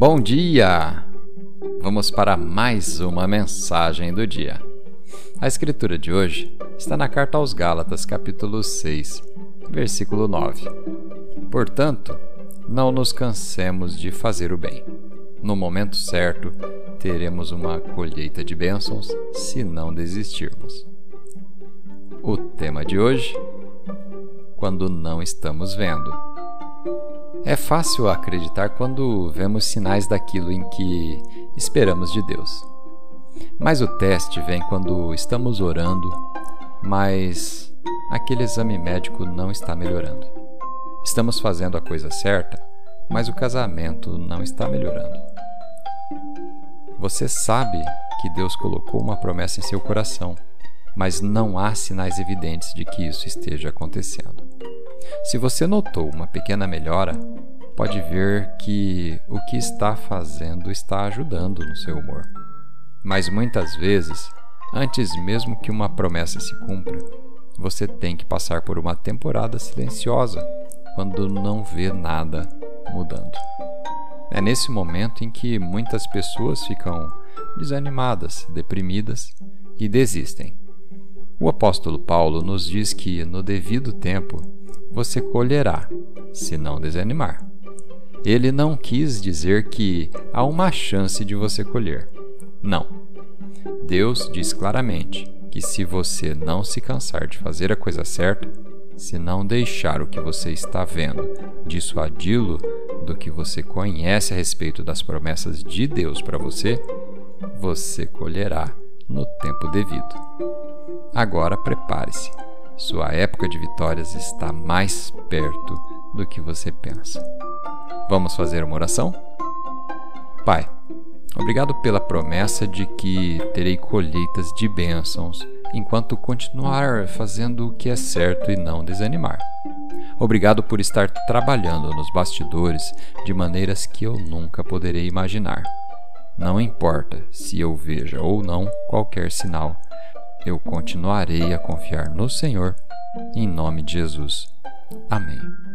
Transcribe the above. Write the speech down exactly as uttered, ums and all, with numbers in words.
Bom dia! Vamos para mais uma mensagem do dia. A escritura de hoje está na carta aos Gálatas, capítulo seis, versículo nove. Portanto, não nos cansemos de fazer o bem. No momento certo, teremos uma colheita de bênçãos se não desistirmos. O tema de hoje: quando não estamos vendo. É fácil acreditar quando vemos sinais daquilo em que esperamos de Deus. Mas o teste vem quando estamos orando, mas aquele exame médico não está melhorando. Estamos fazendo a coisa certa, mas o casamento não está melhorando. Você sabe que Deus colocou uma promessa em seu coração, mas não há sinais evidentes de que isso esteja acontecendo. Se você notou uma pequena melhora, pode ver que o que está fazendo está ajudando no seu humor. Mas muitas vezes, antes mesmo que uma promessa se cumpra, você tem que passar por uma temporada silenciosa, quando não vê nada mudando. É nesse momento em que muitas pessoas ficam desanimadas, deprimidas e desistem. O apóstolo Paulo nos diz que, no devido tempo, você colherá, se não desanimar. Ele não quis dizer que há uma chance de você colher. Não. Deus diz claramente que se você não se cansar de fazer a coisa certa, se não deixar o que você está vendo dissuadi-lo do que você conhece a respeito das promessas de Deus para você, você colherá no tempo devido. Agora prepare-se. Sua época de vitórias está mais perto do que você pensa. Vamos fazer uma oração? Pai, obrigado pela promessa de que terei colheitas de bênçãos enquanto continuar fazendo o que é certo e não desanimar. Obrigado por estar trabalhando nos bastidores de maneiras que eu nunca poderei imaginar. Não importa se eu veja ou não qualquer sinal, eu continuarei a confiar no Senhor, em nome de Jesus. Amém.